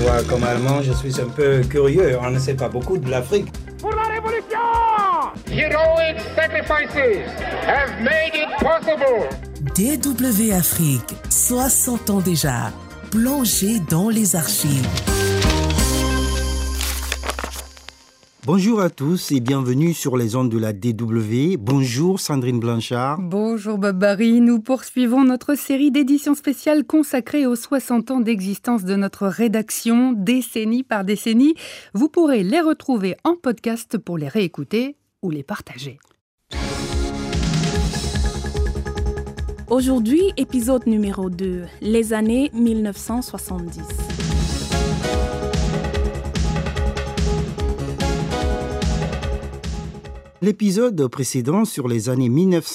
Moi, comme Allemand, je suis un peu curieux. On ne sait pas beaucoup de l'Afrique. Pour la révolution! Heroic sacrifices have made it possible. DW Afrique, 60 ans déjà, plongé dans les archives. Bonjour à tous et bienvenue sur les ondes de la DW. Bonjour Sandrine Blanchard. Bonjour Bob Barry. Nous poursuivons notre série d'éditions spéciales consacrée aux 60 ans d'existence de notre rédaction, décennie par décennie. Vous pourrez les retrouver en podcast pour les réécouter ou les partager. Aujourd'hui, épisode numéro 2, les années 1970. L'épisode précédent sur les années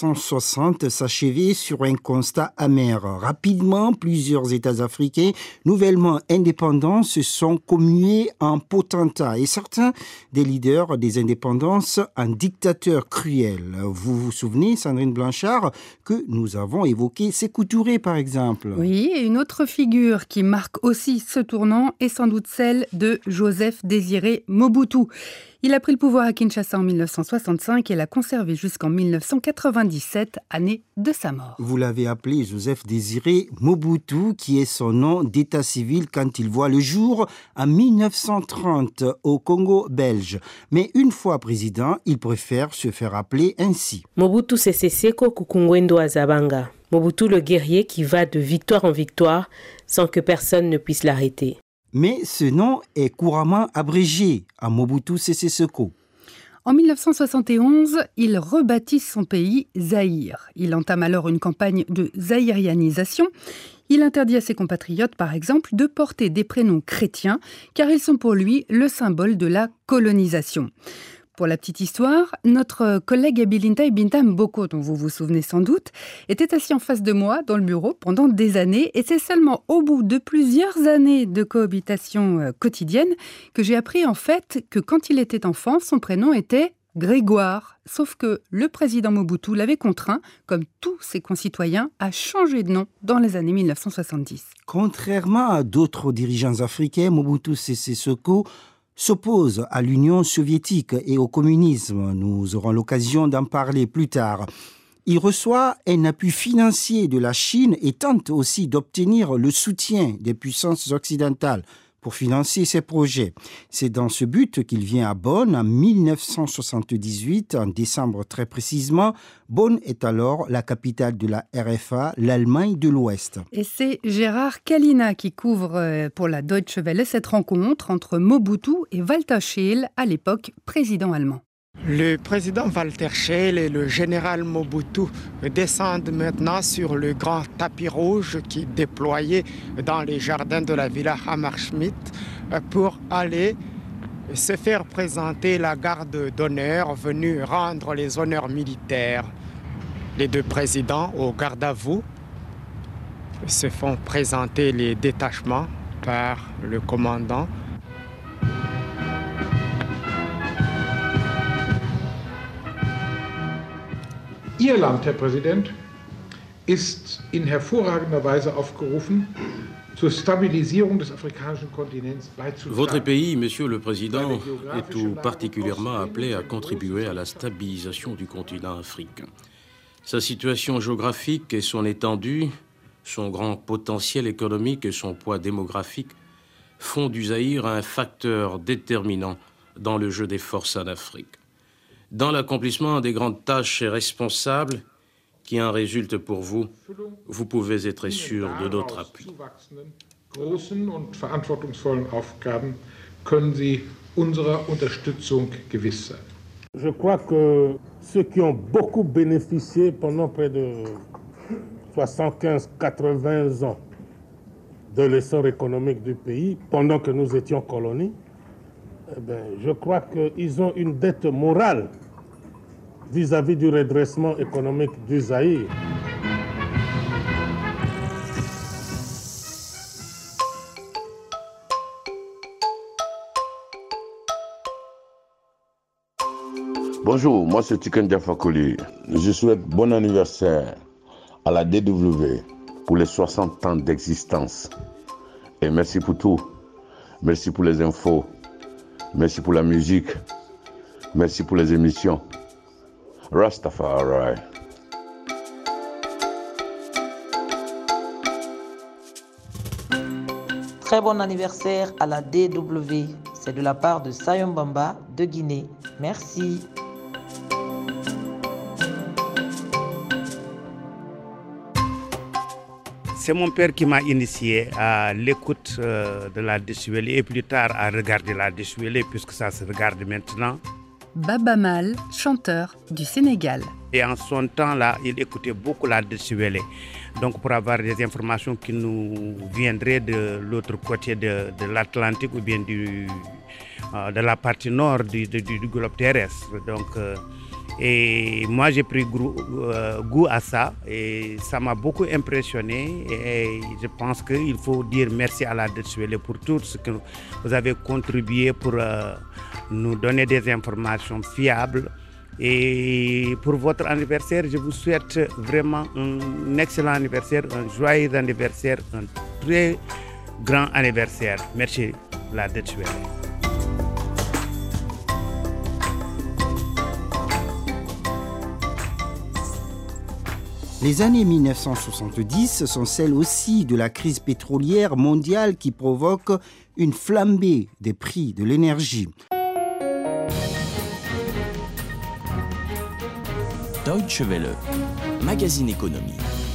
1960 s'achevait sur un constat amer. Rapidement, plusieurs États africains nouvellement indépendants se sont commués en potentats et certains des leaders des indépendances en dictateurs cruels. Vous vous souvenez, Sandrine Blanchard, que nous avons évoqué Sékou Touré par exemple. Oui, et une autre figure qui marque aussi ce tournant est sans doute celle de Joseph Désiré Mobutu. Il a pris le pouvoir à Kinshasa en 1965 et l'a conservé jusqu'en 1997, année de sa mort. Vous l'avez appelé Joseph Désiré Mobutu, qui est son nom d'état civil quand il voit le jour en 1930 au Congo belge. Mais une fois président, il préfère se faire appeler ainsi. Mobutu Sese Seko Kukungwendo Azabanga. Mobutu le guerrier qui va de victoire en victoire sans que personne ne puisse l'arrêter. Mais ce nom est couramment abrégé à Mobutu Sese Seko. En 1971, il rebaptise son pays Zaïre. Il entame alors une campagne de zaïrianisation. Il interdit à ses compatriotes, par exemple, de porter des prénoms chrétiens, car ils sont pour lui le symbole de la colonisation. Pour la petite histoire, notre collègue Abilinta Binta Mboko, dont vous vous souvenez sans doute, était assis en face de moi dans le bureau pendant des années et c'est seulement au bout de plusieurs années de cohabitation quotidienne que j'ai appris en fait que quand il était enfant, son prénom était Grégoire. Sauf que le président Mobutu l'avait contraint, comme tous ses concitoyens, à changer de nom dans les années 1970. Contrairement à d'autres dirigeants africains, Mobutu Sese Seko s'oppose à l'Union soviétique et au communisme. Nous aurons l'occasion d'en parler plus tard. Il reçoit un appui financier de la Chine et tente aussi d'obtenir le soutien des puissances occidentales pour financer ses projets. C'est dans ce but qu'il vient à Bonn en 1978, en décembre très précisément. Bonn est alors la capitale de la RFA, l'Allemagne de l'Ouest. Et c'est Gérard Kalina qui couvre pour la Deutsche Welle cette rencontre entre Mobutu et Walter Scheel, à l'époque président allemand. Le président Walter Scheel et le général Mobutu descendent maintenant sur le grand tapis rouge qui est déployé dans les jardins de la Villa Hammerschmidt pour aller se faire présenter la garde d'honneur venue rendre les honneurs militaires. Les deux présidents au garde à vous se font présenter les détachements par le commandant. Ihr Land, Herr Präsident, ist in hervorragender Weise aufgerufen, zur Stabilisierung des afrikanischen Kontinents beizutragen. Votre pays, Monsieur le Président, est tout particulièrement appelé à contribuer à la stabilisation du continent africain. Sa situation géographique et son étendue, son grand potentiel économique et son poids démographique font du Zaïre un facteur déterminant dans le jeu des forces en Afrique. Dans l'accomplissement des grandes tâches et responsables qui en résultent pour vous, vous pouvez être sûr de notre appui. Großen und verantwortungsvollen Aufgaben können Sie unserer Unterstützung gewiss sein. Je crois que ceux qui ont beaucoup bénéficié pendant près de 75-80 ans de l'essor économique du pays, pendant que nous étions colonie, je crois qu'ils ont une dette morale vis-à-vis du redressement économique du Zaïre. Bonjour, moi c'est Tiken Diafakoli. Je souhaite bon anniversaire à la DW pour les 60 ans d'existence. Et merci pour tout. Merci pour les infos. Merci pour la musique. Merci pour les émissions. Rastafari. Très bon anniversaire à la DW. C'est de la part de Sayon Bamba de Guinée. Merci. C'est mon père qui m'a initié à l'écoute de la Déchuélé et plus tard à regarder la Déchuélé puisque ça se regarde maintenant. Baba Mal, chanteur du Sénégal. Et en son temps-là, il écoutait beaucoup la Déchuélé. Donc pour avoir des informations qui nous viendraient de l'autre côté de l'Atlantique ou bien de la partie nord du globe terrestre. Donc, et moi j'ai pris goût à ça et ça m'a beaucoup impressionné et je pense qu'il faut dire merci à la Déchuélé pour tout ce que vous avez contribué pour nous donner des informations fiables. Et pour votre anniversaire, je vous souhaite vraiment un excellent anniversaire, un joyeux anniversaire, un très grand anniversaire. Merci la Déchuélé. Les années 1970 sont celles aussi de la crise pétrolière mondiale qui provoque une flambée des prix de l'énergie. Deutsche Welle, magazine économie.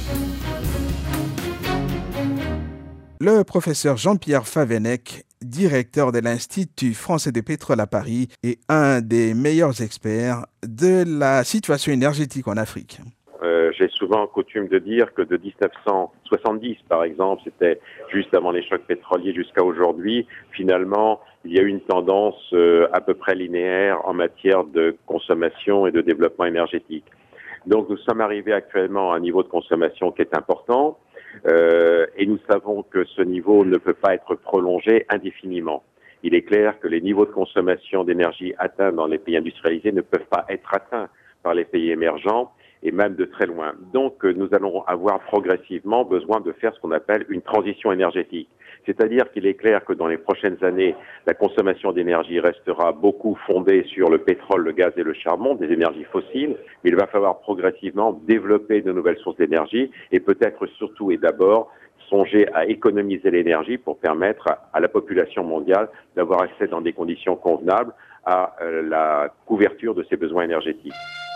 Le professeur Jean-Pierre Favennec, directeur de l'Institut français de pétrole à Paris, est un des meilleurs experts de la situation énergétique en Afrique. J'ai souvent coutume de dire que de 1970, par exemple, c'était juste avant les chocs pétroliers jusqu'à aujourd'hui, finalement, il y a eu une tendance à peu près linéaire en matière de consommation et de développement énergétique. Donc nous sommes arrivés actuellement à un niveau de consommation qui est important et nous savons que ce niveau ne peut pas être prolongé indéfiniment. Il est clair que les niveaux de consommation d'énergie atteints dans les pays industrialisés ne peuvent pas être atteints par les pays émergents et même de très loin. Donc nous allons avoir progressivement besoin de faire ce qu'on appelle une transition énergétique. C'est-à-dire qu'il est clair que dans les prochaines années, la consommation d'énergie restera beaucoup fondée sur le pétrole, le gaz et le charbon, des énergies fossiles, mais il va falloir progressivement développer de nouvelles sources d'énergie et peut-être surtout et d'abord songer à économiser l'énergie pour permettre à la population mondiale d'avoir accès dans des conditions convenables à la couverture de ses besoins énergétiques.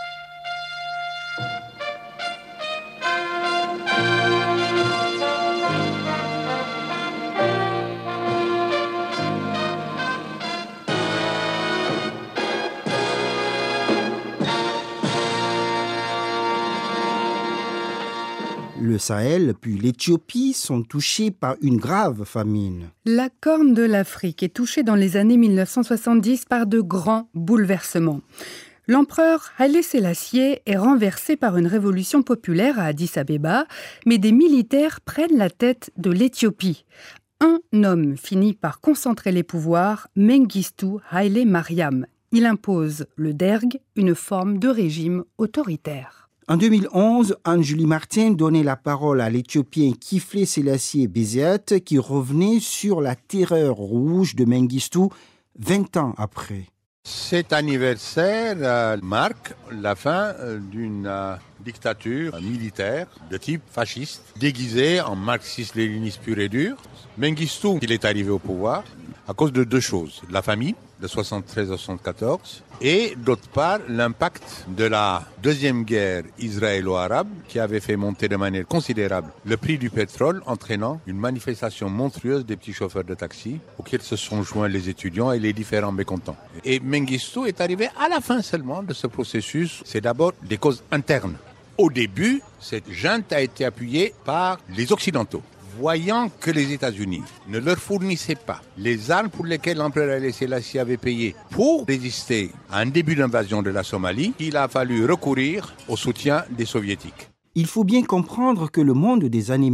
Le Sahel puis l'Éthiopie sont touchés par une grave famine. La Corne de l'Afrique est touchée dans les années 1970 par de grands bouleversements. L'empereur Haïlé Sélassié est renversé par une révolution populaire à Addis-Abeba, mais des militaires prennent la tête de l'Éthiopie. Un homme finit par concentrer les pouvoirs, Mengistu Haïlé Mariam. Il impose le derg, une forme de régime autoritaire. En 2011, Anne-Julie Martin donnait la parole à l'Éthiopien Kiflé Sélassié Bézéat qui revenait sur la terreur rouge de Mengistu 20 ans après. Cet anniversaire marque la fin d'une dictature militaire de type fasciste, déguisée en marxiste-léniniste pur et dur. Mengistu, il est arrivé au pouvoir à cause de deux choses. La famine de 73 à 74 et d'autre part l'impact de la deuxième guerre israélo-arabe qui avait fait monter de manière considérable le prix du pétrole, entraînant une manifestation monstrueuse des petits chauffeurs de taxi auxquels se sont joints les étudiants et les différents mécontents. Et Mengistu est arrivé à la fin seulement de ce processus. C'est d'abord des causes internes. Au début, cette junte a été appuyée par les Occidentaux. Voyant que les États-Unis ne leur fournissaient pas les armes pour lesquelles l'empereur Haïlé Sélassié avait payé pour résister à un début d'invasion de la Somalie, il a fallu recourir au soutien des Soviétiques. Il faut bien comprendre que le monde des années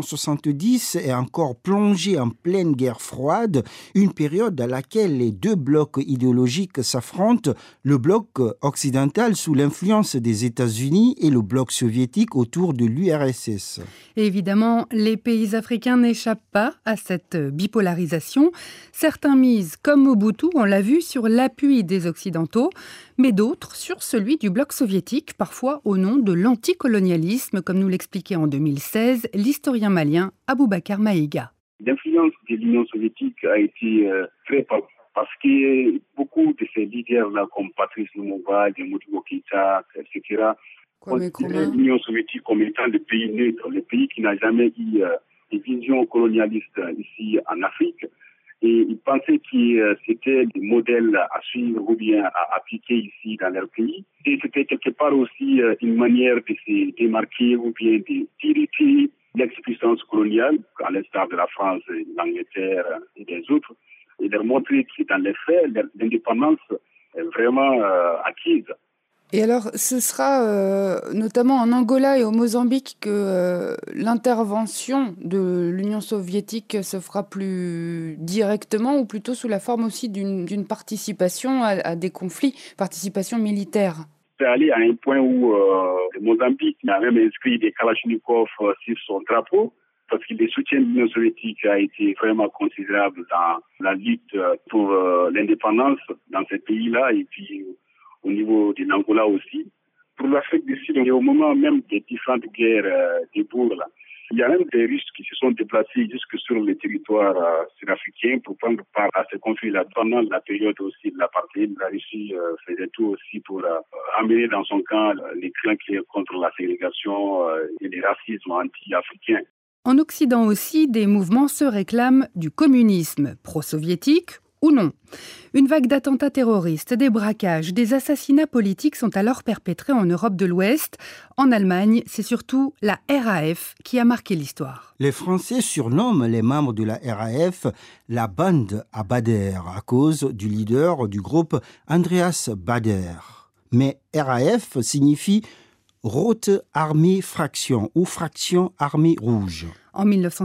1970 est encore plongé en pleine guerre froide, une période dans laquelle les deux blocs idéologiques s'affrontent, le bloc occidental sous l'influence des États-Unis et le bloc soviétique autour de l'URSS. Évidemment, les pays africains n'échappent pas à cette bipolarisation. Certains misent, comme Mobutu, on l'a vu, sur l'appui des Occidentaux, mais d'autres sur celui du bloc soviétique, parfois au nom de l'anticolonialisme, comme nous l'expliquait en 2016 l'historien malien Aboubacar Maïga. L'influence de l'Union soviétique a été très palpable parce que beaucoup de ces leaders-là, comme Patrice Lumumba, Modibo Keïta, etc., considèrent l'Union soviétique comme étant le pays neutre, le pays qui n'a jamais eu des visions colonialistes ici en Afrique. Et ils pensaient que c'était des modèles à suivre ou bien à appliquer ici dans leur pays. Et c'était quelque part aussi une manière de se démarquer ou bien d'irriter l'ex-puissance coloniale, à l'instar de la France, de l'Angleterre et des autres, et leur montrer que dans les faits, l'indépendance est vraiment acquise. Et alors, ce sera notamment en Angola et au Mozambique que l'intervention de l'Union soviétique se fera plus directement ou plutôt sous la forme aussi d'une participation à des conflits, participation militaire. C'est allé à un point où le Mozambique a même inscrit des Kalachnikov sur son drapeau parce que le soutien de l'Union soviétique a été vraiment considérable dans la lutte pour l'indépendance dans ce pays-là et puis au niveau de l'Angola aussi. Pour l'Afrique du Sud, au moment même des différentes guerres des bourgs, il y a même des Russes qui se sont déplacés jusque sur le territoire sud-africain pour prendre part à ce conflit-là. Pendant la période aussi de l'apartheid, la Russie faisait tout aussi pour amener dans son camp les craintes contre la ségrégation et le racisme anti-africain. En Occident aussi, des mouvements se réclament du communisme pro-soviétique ou non. Une vague d'attentats terroristes, des braquages, des assassinats politiques sont alors perpétrés en Europe de l'Ouest. En Allemagne, c'est surtout la RAF qui a marqué l'histoire. Les Français surnomment les membres de la RAF la bande à Bader à cause du leader du groupe Andreas Bader. Mais RAF signifie Rote Armee Fraction ou Fraction Armée Rouge. En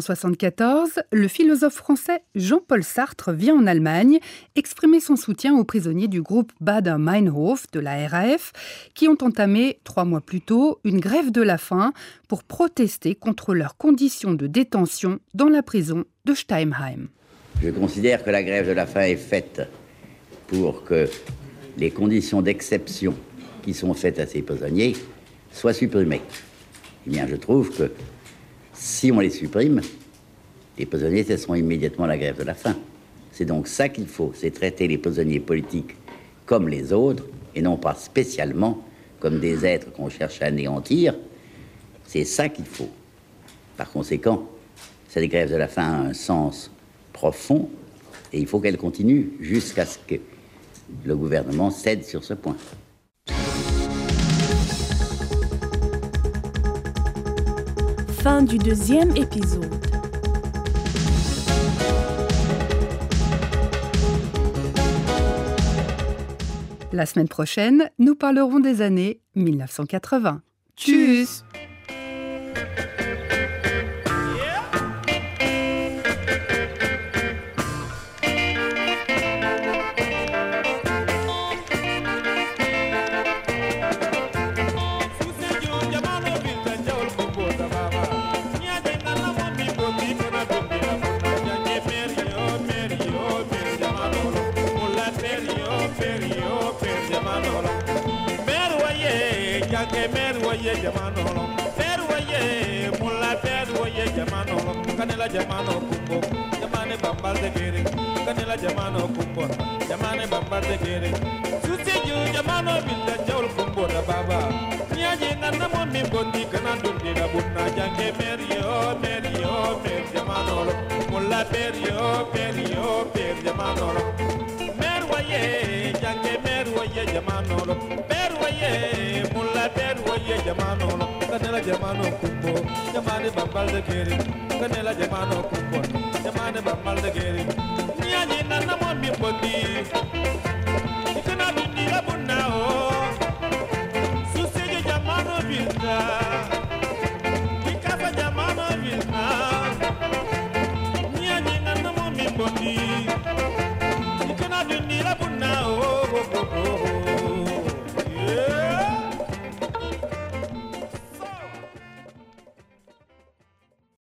1974, le philosophe français Jean-Paul Sartre vient en Allemagne exprimer son soutien aux prisonniers du groupe Baader-Meinhof de la RAF qui ont entamé 3 mois plus tôt une grève de la faim pour protester contre leurs conditions de détention dans la prison de Steimheim. Je considère que la grève de la faim est faite pour que les conditions d'exception qui sont faites à ces prisonniers soient supprimées. Eh bien, je trouve que si on les supprime, les prisonniers cesseront immédiatement la grève de la faim. C'est donc ça qu'il faut, c'est traiter les prisonniers politiques comme les autres, et non pas spécialement comme des êtres qu'on cherche à anéantir. C'est ça qu'il faut. Par conséquent, cette grève de la faim a un sens profond, et il faut qu'elle continue jusqu'à ce que le gouvernement cède sur ce point. Fin du 2e épisode. La semaine prochaine, nous parlerons des années 1980. Tchuss! Kanela jamano kumbo, jamane bambal de gere. Kanela jamano kumbo, jamane bambal de gere. Suseju jamano bilda jaul kumbo da baba. Nyaje nana mo mi bondi kana dundi da bunna jange merio merio mer jamano lo. Mulla perio perio per jamano lo. Merwaye jange merwaye jamano lo. Merwaye mulla perwaye jamano lo. Kanela jamano kumbo, jamane bambal de gere. Kanela jamano kumbo, jamane bambal de gere. Nyani nana mo mi bondi, ikana dundi la bunna o. Suseje jamano bilda.